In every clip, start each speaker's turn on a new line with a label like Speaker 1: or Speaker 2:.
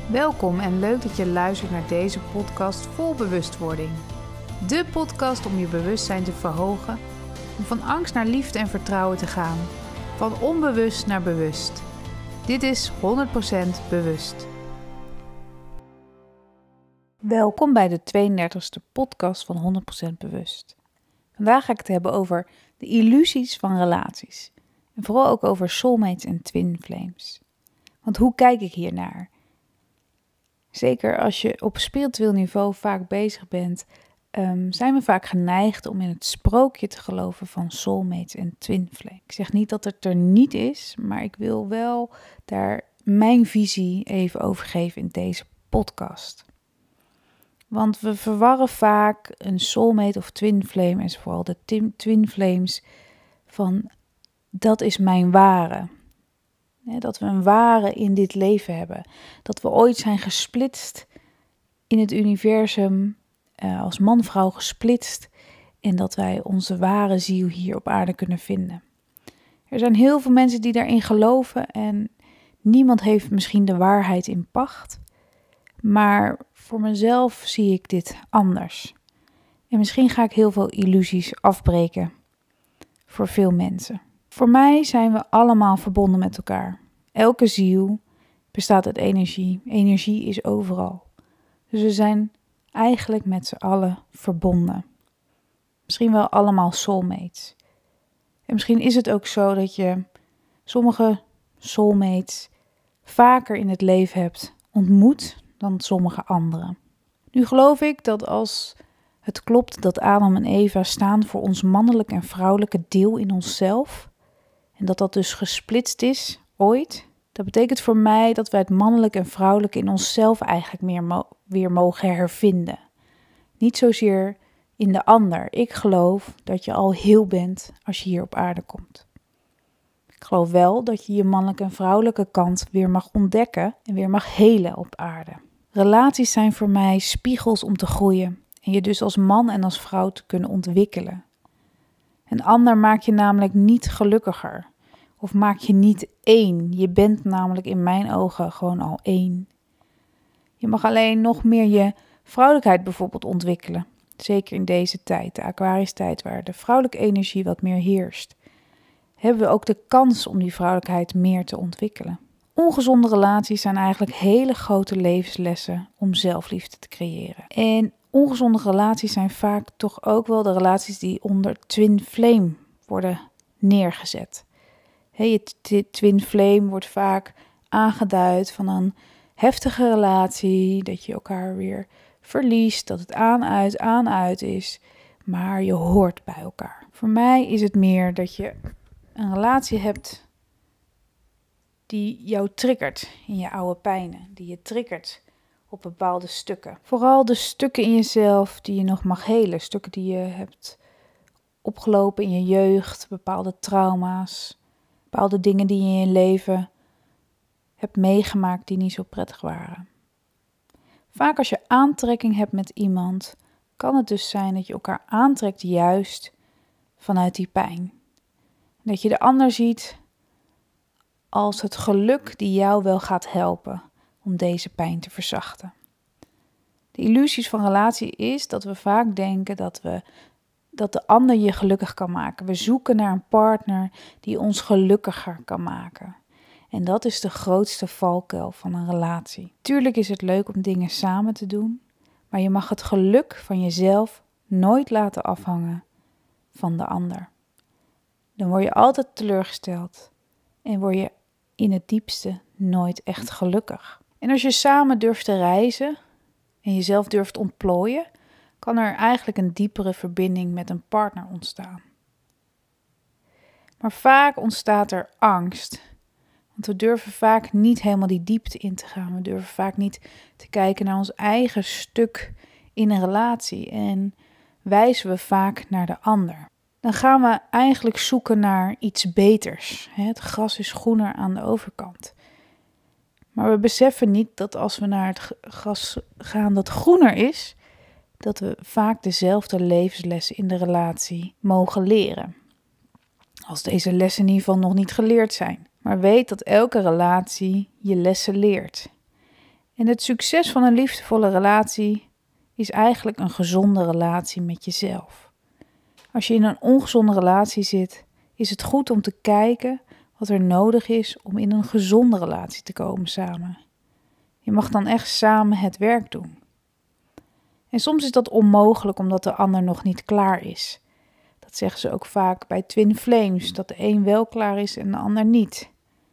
Speaker 1: Welkom en leuk dat je luistert naar deze podcast vol bewustwording. De podcast om je bewustzijn te verhogen, om van angst naar liefde en vertrouwen te gaan. Van onbewust naar bewust. Dit is 100% bewust. Welkom bij de 32e podcast van 100% bewust. Vandaag ga ik het hebben over de illusies van relaties. En vooral ook over soulmates en twin flames. Want hoe kijk ik hiernaar? Zeker als je op spiritueel niveau vaak bezig bent, zijn we vaak geneigd om in het sprookje te geloven van soulmates en twin flames. Ik zeg niet dat het er niet is, maar ik wil wel daar mijn visie even over geven in deze podcast. Want we verwarren vaak een soulmate of twin flame, en vooral de twin flames, van dat is mijn ware. Dat we een ware in dit leven hebben. Dat we ooit zijn gesplitst in het universum, als man-vrouw gesplitst. En dat wij onze ware ziel hier op aarde kunnen vinden. Er zijn heel veel mensen die daarin geloven en niemand heeft misschien de waarheid in pacht. Maar voor mezelf zie ik dit anders. En misschien ga ik heel veel illusies afbreken voor veel mensen. Voor mij zijn we allemaal verbonden met elkaar. Elke ziel bestaat uit energie. Energie is overal. Dus we zijn eigenlijk met z'n allen verbonden. Misschien wel allemaal soulmates. En misschien is het ook zo dat je sommige soulmates vaker in het leven hebt ontmoet dan sommige anderen. Nu geloof ik dat als het klopt dat Adam en Eva staan voor ons mannelijke en vrouwelijke deel in onszelf, en dat dat dus gesplitst is, ooit. Dat betekent voor mij dat wij het mannelijke en vrouwelijke in onszelf eigenlijk weer mogen hervinden. Niet zozeer in de ander. Ik geloof dat je al heel bent als je hier op aarde komt. Ik geloof wel dat je je mannelijke en vrouwelijke kant weer mag ontdekken en weer mag helen op aarde. Relaties zijn voor mij spiegels om te groeien en je dus als man en als vrouw te kunnen ontwikkelen. Een ander maakt je namelijk niet gelukkiger. Of maak je niet één. Je bent namelijk in mijn ogen gewoon al één. Je mag alleen nog meer je vrouwelijkheid bijvoorbeeld ontwikkelen. Zeker in deze tijd, de Aquarius-tijd, waar de vrouwelijke energie wat meer heerst. Hebben we ook de kans om die vrouwelijkheid meer te ontwikkelen. Ongezonde relaties zijn eigenlijk hele grote levenslessen om zelfliefde te creëren. En ongezonde relaties zijn vaak toch ook wel de relaties die onder twin flame worden neergezet. Je twin flame wordt vaak aangeduid van een heftige relatie, dat je elkaar weer verliest, dat het aan-uit is, maar je hoort bij elkaar. Voor mij is het meer dat je een relatie hebt die jou triggert in je oude pijnen, die je triggert op bepaalde stukken. Vooral de stukken in jezelf die je nog mag helen, stukken die je hebt opgelopen in je jeugd, bepaalde trauma's. Bepaalde dingen die je in je leven hebt meegemaakt die niet zo prettig waren. Vaak als je aantrekking hebt met iemand, kan het dus zijn dat je elkaar aantrekt juist vanuit die pijn. Dat je de ander ziet als het geluk die jou wel gaat helpen om deze pijn te verzachten. De illusies van relatie is dat we vaak denken dat de ander je gelukkig kan maken. We zoeken naar een partner die ons gelukkiger kan maken. En dat is de grootste valkuil van een relatie. Tuurlijk is het leuk om dingen samen te doen, maar je mag het geluk van jezelf nooit laten afhangen van de ander. Dan word je altijd teleurgesteld en word je in het diepste nooit echt gelukkig. En als je samen durft te reizen en jezelf durft ontplooien, kan er eigenlijk een diepere verbinding met een partner ontstaan. Maar vaak ontstaat er angst. Want we durven vaak niet helemaal die diepte in te gaan. We durven vaak niet te kijken naar ons eigen stuk in een relatie. En wijzen we vaak naar de ander. Dan gaan we eigenlijk zoeken naar iets beters. Het gras is groener aan de overkant. Maar we beseffen niet dat als we naar het gras gaan dat groener is, dat we vaak dezelfde levenslessen in de relatie mogen leren. Als deze lessen in ieder geval nog niet geleerd zijn. Maar weet dat elke relatie je lessen leert. En het succes van een liefdevolle relatie is eigenlijk een gezonde relatie met jezelf. Als je in een ongezonde relatie zit, is het goed om te kijken wat er nodig is om in een gezonde relatie te komen samen. Je mag dan echt samen het werk doen. En soms is dat onmogelijk omdat de ander nog niet klaar is. Dat zeggen ze ook vaak bij twin flames, dat de een wel klaar is en de ander niet.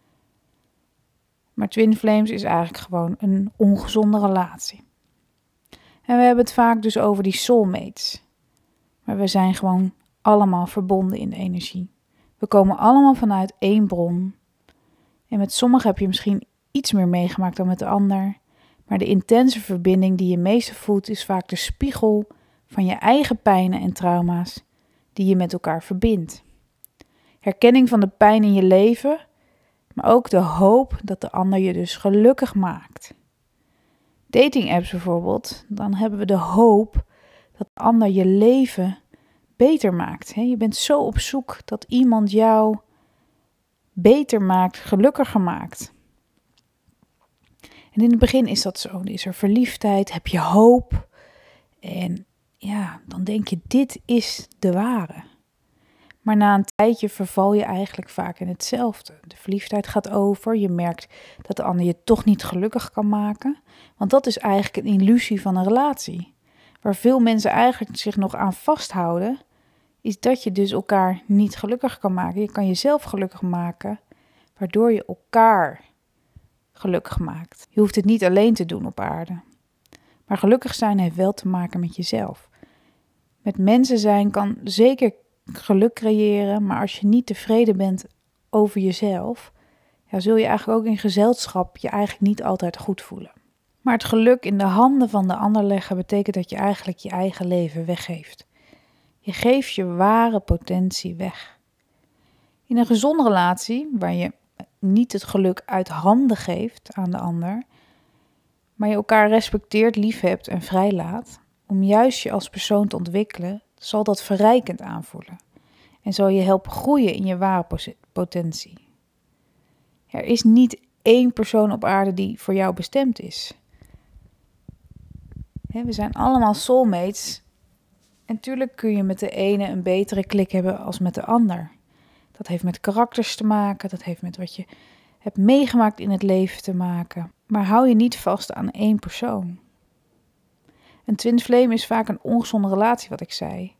Speaker 1: Maar twin flames is eigenlijk gewoon een ongezonde relatie. En we hebben het vaak dus over die soulmates. Maar we zijn gewoon allemaal verbonden in de energie. We komen allemaal vanuit één bron. En met sommigen heb je misschien iets meer meegemaakt dan met de ander. Maar de intense verbinding die je meeste voelt is vaak de spiegel van je eigen pijnen en trauma's die je met elkaar verbindt. Herkenning van de pijn in je leven, maar ook de hoop dat de ander je dus gelukkig maakt. Dating apps bijvoorbeeld, dan hebben we de hoop dat de ander je leven beter maakt. Je bent zo op zoek dat iemand jou beter maakt, gelukkiger maakt. En in het begin is dat zo. Dan is er verliefdheid, heb je hoop. En ja, dan denk je, dit is de ware. Maar na een tijdje verval je eigenlijk vaak in hetzelfde. De verliefdheid gaat over. Je merkt dat de ander je toch niet gelukkig kan maken. Want dat is eigenlijk een illusie van een relatie. Waar veel mensen eigenlijk zich nog aan vasthouden, is dat je dus elkaar niet gelukkig kan maken. Je kan jezelf gelukkig maken, waardoor je elkaar gelukkig maakt. Je hoeft het niet alleen te doen op aarde. Maar gelukkig zijn heeft wel te maken met jezelf. Met mensen zijn kan zeker geluk creëren, maar als je niet tevreden bent over jezelf, ja, zul je eigenlijk ook in gezelschap je eigenlijk niet altijd goed voelen. Maar het geluk in de handen van de ander leggen betekent dat je eigenlijk je eigen leven weggeeft. Je geeft je ware potentie weg. In een gezonde relatie, waar je niet het geluk uit handen geeft aan de ander, maar je elkaar respecteert, liefhebt en vrijlaat, om juist je als persoon te ontwikkelen, zal dat verrijkend aanvoelen. En zal je helpen groeien in je ware potentie. Er is niet één persoon op aarde die voor jou bestemd is. We zijn allemaal soulmates. En natuurlijk kun je met de ene een betere klik hebben als met de ander. Dat heeft met karakters te maken, dat heeft met wat je hebt meegemaakt in het leven te maken. Maar hou je niet vast aan één persoon. Een twin flame is vaak een ongezonde relatie, wat ik zei.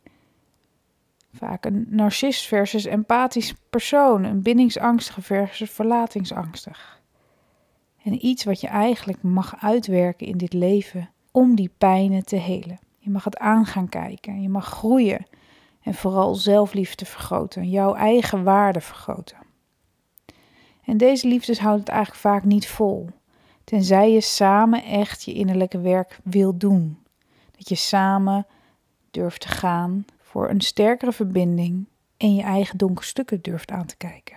Speaker 1: Vaak een narcist versus empathisch persoon, een bindingsangstige versus verlatingsangstig. En iets wat je eigenlijk mag uitwerken in dit leven om die pijnen te helen. Je mag het aan gaan kijken, je mag groeien en vooral zelfliefde vergroten, jouw eigen waarde vergroten. En deze liefdes houdt het eigenlijk vaak niet vol, tenzij je samen echt je innerlijke werk wil doen. Dat je samen durft te gaan voor een sterkere verbinding en je eigen donkere stukken durft aan te kijken.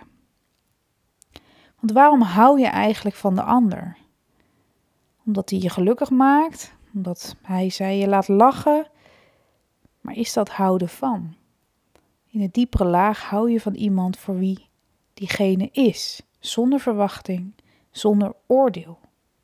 Speaker 1: Want waarom hou je eigenlijk van de ander? Omdat hij je gelukkig maakt, omdat zij je laat lachen. Maar is dat houden van? In de diepere laag hou je van iemand voor wie diegene is, zonder verwachting, zonder oordeel.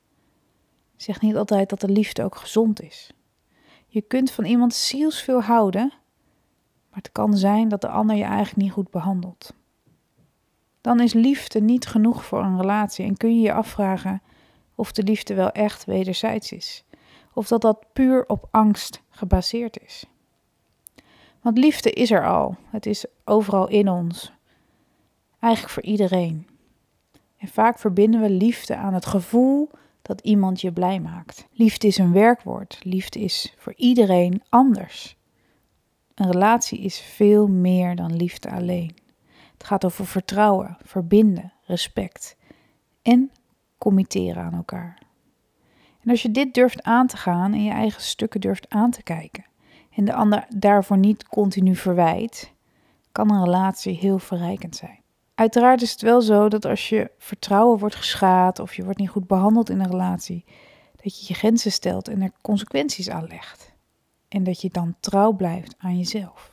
Speaker 1: Ik zeg niet altijd dat de liefde ook gezond is. Je kunt van iemand zielsveel houden, maar het kan zijn dat de ander je eigenlijk niet goed behandelt. Dan is liefde niet genoeg voor een relatie en kun je je afvragen of de liefde wel echt wederzijds is. Of dat puur op angst gebaseerd is. Want liefde is er al. Het is overal in ons. Eigenlijk voor iedereen. En vaak verbinden we liefde aan het gevoel dat iemand je blij maakt. Liefde is een werkwoord. Liefde is voor iedereen anders. Een relatie is veel meer dan liefde alleen. Het gaat over vertrouwen, verbinden, respect en committeren aan elkaar. En als je dit durft aan te gaan en je eigen stukken durft aan te kijken en de ander daarvoor niet continu verwijt, kan een relatie heel verrijkend zijn. Uiteraard is het wel zo dat als je vertrouwen wordt geschaad of je wordt niet goed behandeld in een relatie, dat je je grenzen stelt en er consequenties aan legt. En dat je dan trouw blijft aan jezelf.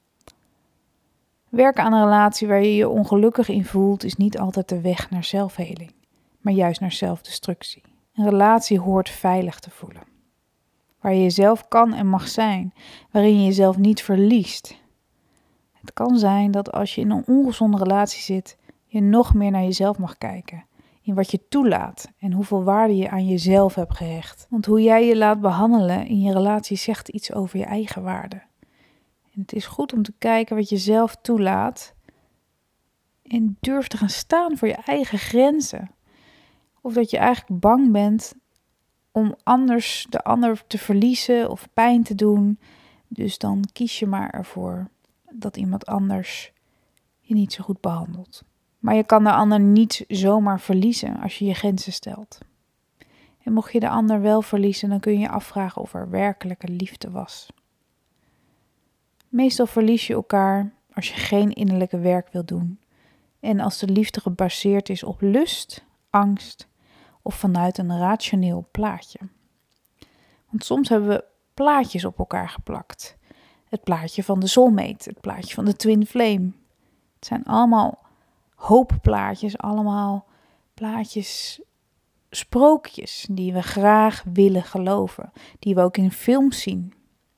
Speaker 1: Werken aan een relatie waar je je ongelukkig in voelt is niet altijd de weg naar zelfheling, maar juist naar zelfdestructie. Een relatie hoort veilig te voelen. Waar je jezelf kan en mag zijn, waarin je jezelf niet verliest. Het kan zijn dat als je in een ongezonde relatie zit, je nog meer naar jezelf mag kijken. In wat je toelaat en hoeveel waarde je aan jezelf hebt gehecht. Want hoe jij je laat behandelen in je relatie zegt iets over je eigen waarde. En het is goed om te kijken wat je zelf toelaat en durf te gaan staan voor je eigen grenzen. Of dat je eigenlijk bang bent om anders de ander te verliezen of pijn te doen. Dus dan kies je maar ervoor dat iemand anders je niet zo goed behandelt. Maar je kan de ander niet zomaar verliezen als je je grenzen stelt. En mocht je de ander wel verliezen, dan kun je je afvragen of er werkelijke liefde was. Meestal verlies je elkaar als je geen innerlijke werk wil doen. En als de liefde gebaseerd is op lust, angst of vanuit een rationeel plaatje. Want soms hebben we plaatjes op elkaar geplakt. Het plaatje van de soulmate, het plaatje van de twin flame. Het zijn allemaal hoopplaatjes, allemaal plaatjes, sprookjes die we graag willen geloven. Die we ook in films zien.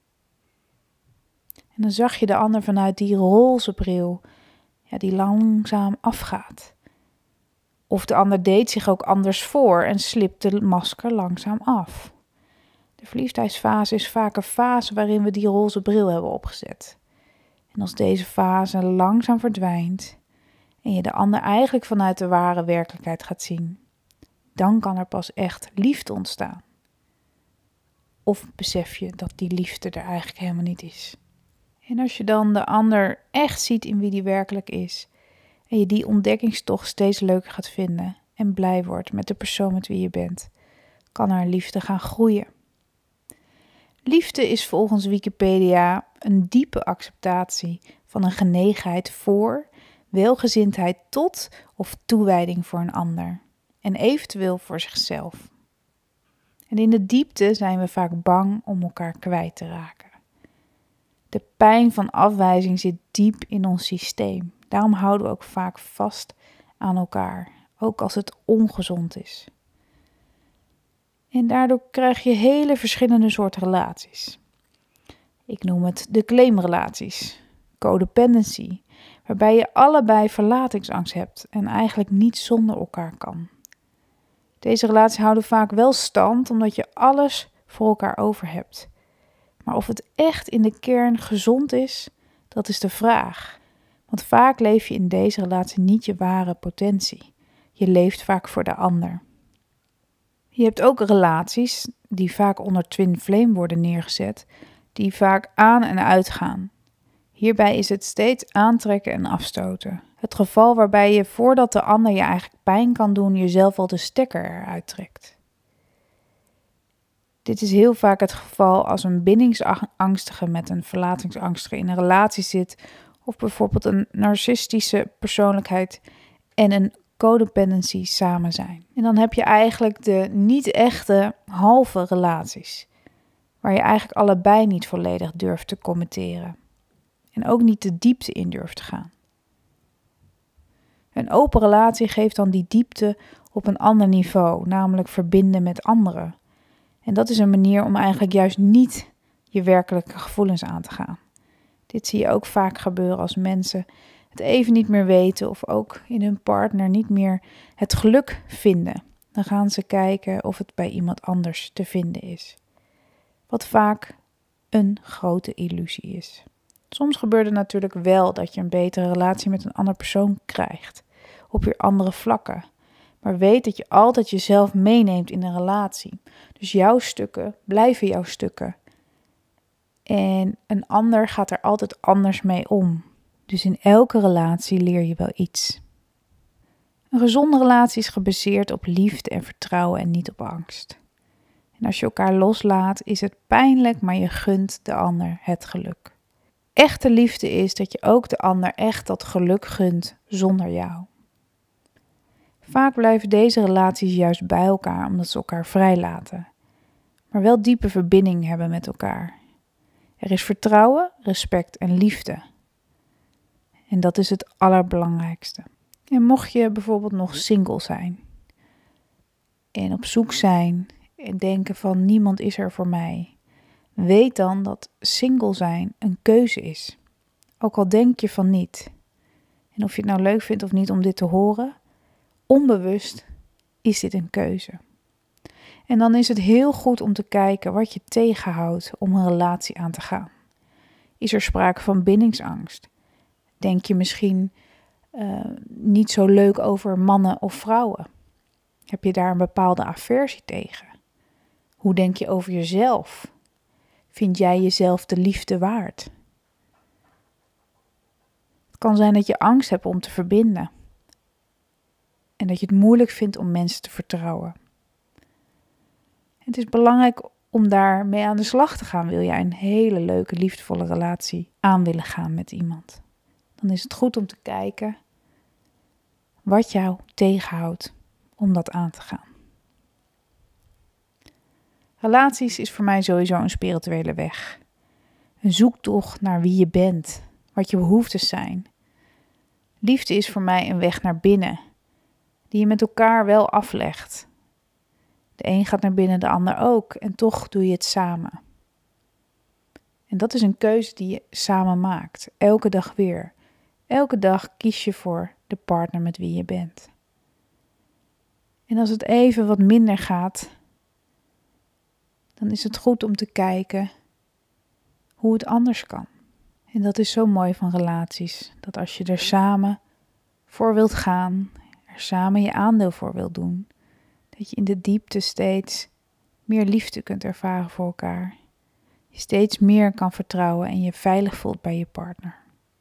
Speaker 1: En dan zag je de ander vanuit die roze bril, die langzaam afgaat. Of de ander deed zich ook anders voor en slipte het masker langzaam af. De verliefdheidsfase is vaak een fase waarin we die roze bril hebben opgezet. En als deze fase langzaam verdwijnt en je de ander eigenlijk vanuit de ware werkelijkheid gaat zien, dan kan er pas echt liefde ontstaan. Of besef je dat die liefde er eigenlijk helemaal niet is. En als je dan de ander echt ziet in wie die werkelijk is en je die ontdekkingstocht steeds leuker gaat vinden en blij wordt met de persoon met wie je bent, kan er liefde gaan groeien. Liefde is volgens Wikipedia een diepe acceptatie van een genegenheid voor, welgezindheid tot of toewijding voor een ander en eventueel voor zichzelf. En in de diepte zijn we vaak bang om elkaar kwijt te raken. De pijn van afwijzing zit diep in ons systeem. Daarom houden we ook vaak vast aan elkaar, ook als het ongezond is. En daardoor krijg je hele verschillende soorten relaties. Ik noem het de claimrelaties, codependency, waarbij je allebei verlatingsangst hebt en eigenlijk niet zonder elkaar kan. Deze relaties houden vaak wel stand omdat je alles voor elkaar over hebt. Maar of het echt in de kern gezond is, dat is de vraag. Want vaak leef je in deze relatie niet je ware potentie. Je leeft vaak voor de ander. Je hebt ook relaties die vaak onder twin flame worden neergezet, die vaak aan en uitgaan. Hierbij is het steeds aantrekken en afstoten. Het geval waarbij je voordat de ander je eigenlijk pijn kan doen, jezelf al de stekker eruit trekt. Dit is heel vaak het geval als een bindingsangstige met een verlatingsangstige in een relatie zit, of bijvoorbeeld een narcistische persoonlijkheid en een codependency samen zijn. En dan heb je eigenlijk de niet echte halve relaties, waar je eigenlijk allebei niet volledig durft te committeren. En ook niet de diepte in durft te gaan. Een open relatie geeft dan die diepte op een ander niveau, namelijk verbinden met anderen. En dat is een manier om eigenlijk juist niet je werkelijke gevoelens aan te gaan. Dit zie je ook vaak gebeuren als mensen het even niet meer weten of ook in hun partner niet meer het geluk vinden. Dan gaan ze kijken of het bij iemand anders te vinden is. Wat vaak een grote illusie is. Soms gebeurt het natuurlijk wel dat je een betere relatie met een andere persoon krijgt. Op weer andere vlakken. Maar weet dat je altijd jezelf meeneemt in een relatie. Dus jouw stukken blijven jouw stukken. En een ander gaat er altijd anders mee om. Dus in elke relatie leer je wel iets. Een gezonde relatie is gebaseerd op liefde en vertrouwen en niet op angst. En als je elkaar loslaat, is het pijnlijk, maar je gunt de ander het geluk. Echte liefde is dat je ook de ander echt dat geluk gunt zonder jou. Vaak blijven deze relaties juist bij elkaar omdat ze elkaar vrijlaten. Maar wel diepe verbinding hebben met elkaar. Er is vertrouwen, respect en liefde. En dat is het allerbelangrijkste. En mocht je bijvoorbeeld nog single zijn, en op zoek zijn en denken van niemand is er voor mij, weet dan dat single zijn een keuze is. Ook al denk je van niet. En of je het nou leuk vindt of niet om dit te horen, onbewust is dit een keuze. En dan is het heel goed om te kijken wat je tegenhoudt om een relatie aan te gaan. Is er sprake van bindingsangst? Denk je misschien niet zo leuk over mannen of vrouwen? Heb je daar een bepaalde aversie tegen? Hoe denk je over jezelf? Vind jij jezelf de liefde waard? Het kan zijn dat je angst hebt om te verbinden. En dat je het moeilijk vindt om mensen te vertrouwen. Het is belangrijk om daarmee aan de slag te gaan. Wil jij een hele leuke, liefdevolle relatie aan willen gaan met iemand? Dan is het goed om te kijken wat jou tegenhoudt om dat aan te gaan. Relaties is voor mij sowieso een spirituele weg. Een zoektocht naar wie je bent, wat je behoeftes zijn. Liefde is voor mij een weg naar binnen, die je met elkaar wel aflegt. De een gaat naar binnen, de ander ook, en toch doe je het samen. En dat is een keuze die je samen maakt, elke dag weer. Elke dag kies je voor de partner met wie je bent. En als het even wat minder gaat, dan is het goed om te kijken hoe het anders kan. En dat is zo mooi van relaties, dat als je er samen voor wilt gaan, er samen je aandeel voor wilt doen, dat je in de diepte steeds meer liefde kunt ervaren voor elkaar. Je steeds meer kan vertrouwen en je veilig voelt bij je partner.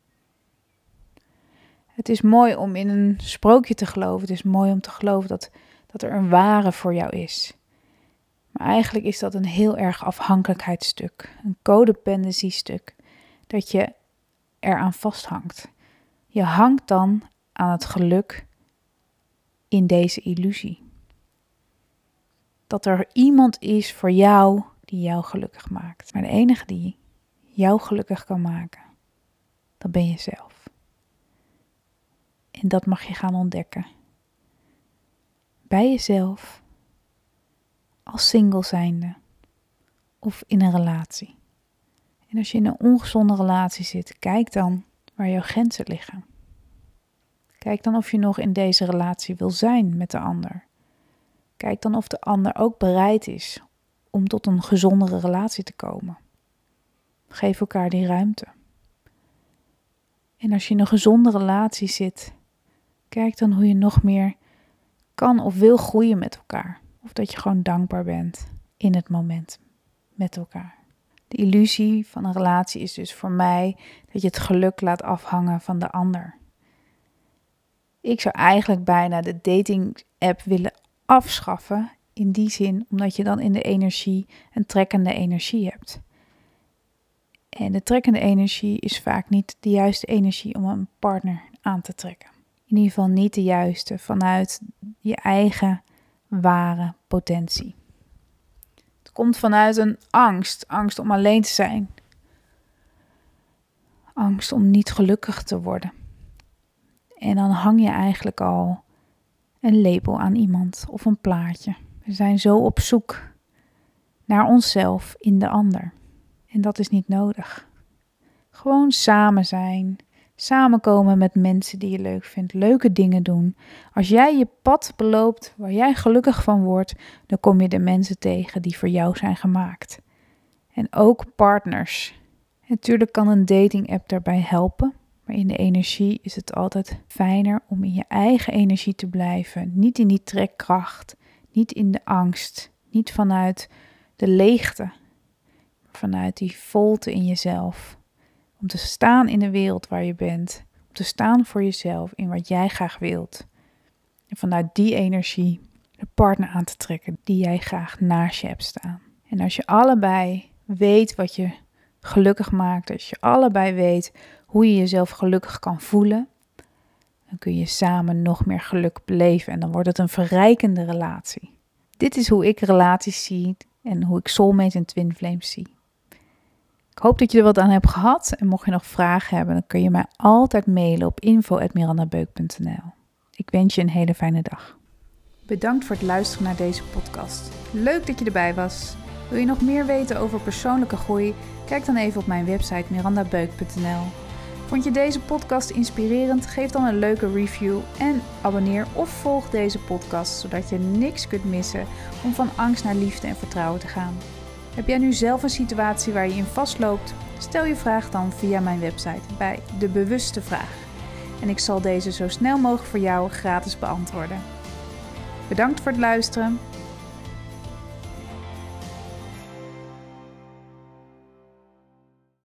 Speaker 1: Het is mooi om in een sprookje te geloven. Het is mooi om te geloven dat er een ware voor jou is. Maar eigenlijk is dat een heel erg afhankelijkheidsstuk. Een codependency-stuk. Dat je eraan vasthangt. Je hangt dan aan het geluk in deze illusie. Dat er iemand is voor jou die jou gelukkig maakt. Maar de enige die jou gelukkig kan maken, dat ben je zelf. En dat mag je gaan ontdekken. Bij jezelf, als single zijnde of in een relatie. En als je in een ongezonde relatie zit, kijk dan waar jouw grenzen liggen. Kijk dan of je nog in deze relatie wil zijn met de ander. Kijk dan of de ander ook bereid is om tot een gezondere relatie te komen. Geef elkaar die ruimte. En als je in een gezonde relatie zit, kijk dan hoe je nog meer kan of wil groeien met elkaar. Of dat je gewoon dankbaar bent in het moment met elkaar. De illusie van een relatie is dus voor mij dat je het geluk laat afhangen van de ander. Ik zou eigenlijk bijna de dating app willen afschaffen in die zin, omdat je dan in de energie een trekkende energie hebt. En de trekkende energie is vaak niet de juiste energie om een partner aan te trekken. In ieder geval niet de juiste vanuit je eigen ware potentie. Het komt vanuit een angst om alleen te zijn. Angst om niet gelukkig te worden. En dan hang je eigenlijk al een label aan iemand of een plaatje. We zijn zo op zoek naar onszelf in de ander. En dat is niet nodig. Gewoon samen zijn. Samenkomen met mensen die je leuk vindt. Leuke dingen doen. Als jij je pad beloopt waar jij gelukkig van wordt, dan kom je de mensen tegen die voor jou zijn gemaakt. En ook partners. Natuurlijk kan een dating app daarbij helpen. Maar in de energie is het altijd fijner om in je eigen energie te blijven. Niet in die trekkracht. Niet in de angst. Niet vanuit de leegte. Maar vanuit die volte in jezelf. Om te staan in de wereld waar je bent. Om te staan voor jezelf in wat jij graag wilt. En vanuit die energie de partner aan te trekken die jij graag naast je hebt staan. En als je allebei weet wat je gelukkig maakt. Als je allebei weet hoe je jezelf gelukkig kan voelen. Dan kun je samen nog meer geluk beleven. En dan wordt het een verrijkende relatie. Dit is hoe ik relaties zie. En hoe ik soulmates en twin flames zie. Ik hoop dat je er wat aan hebt gehad. En mocht je nog vragen hebben, dan kun je mij altijd mailen op info@mirandabeuk.nl. Ik wens je een hele fijne dag. Bedankt voor het luisteren naar deze podcast. Leuk dat je erbij was. Wil je nog meer weten over persoonlijke groei? Kijk dan even op mijn website mirandabeuk.nl. Vond je deze podcast inspirerend? Geef dan een leuke review en abonneer of volg deze podcast, zodat je niks kunt missen om van angst naar liefde en vertrouwen te gaan. Heb jij nu zelf een situatie waar je in vastloopt? Stel je vraag dan via mijn website bij De Bewuste Vraag. En ik zal deze zo snel mogelijk voor jou gratis beantwoorden. Bedankt voor het luisteren.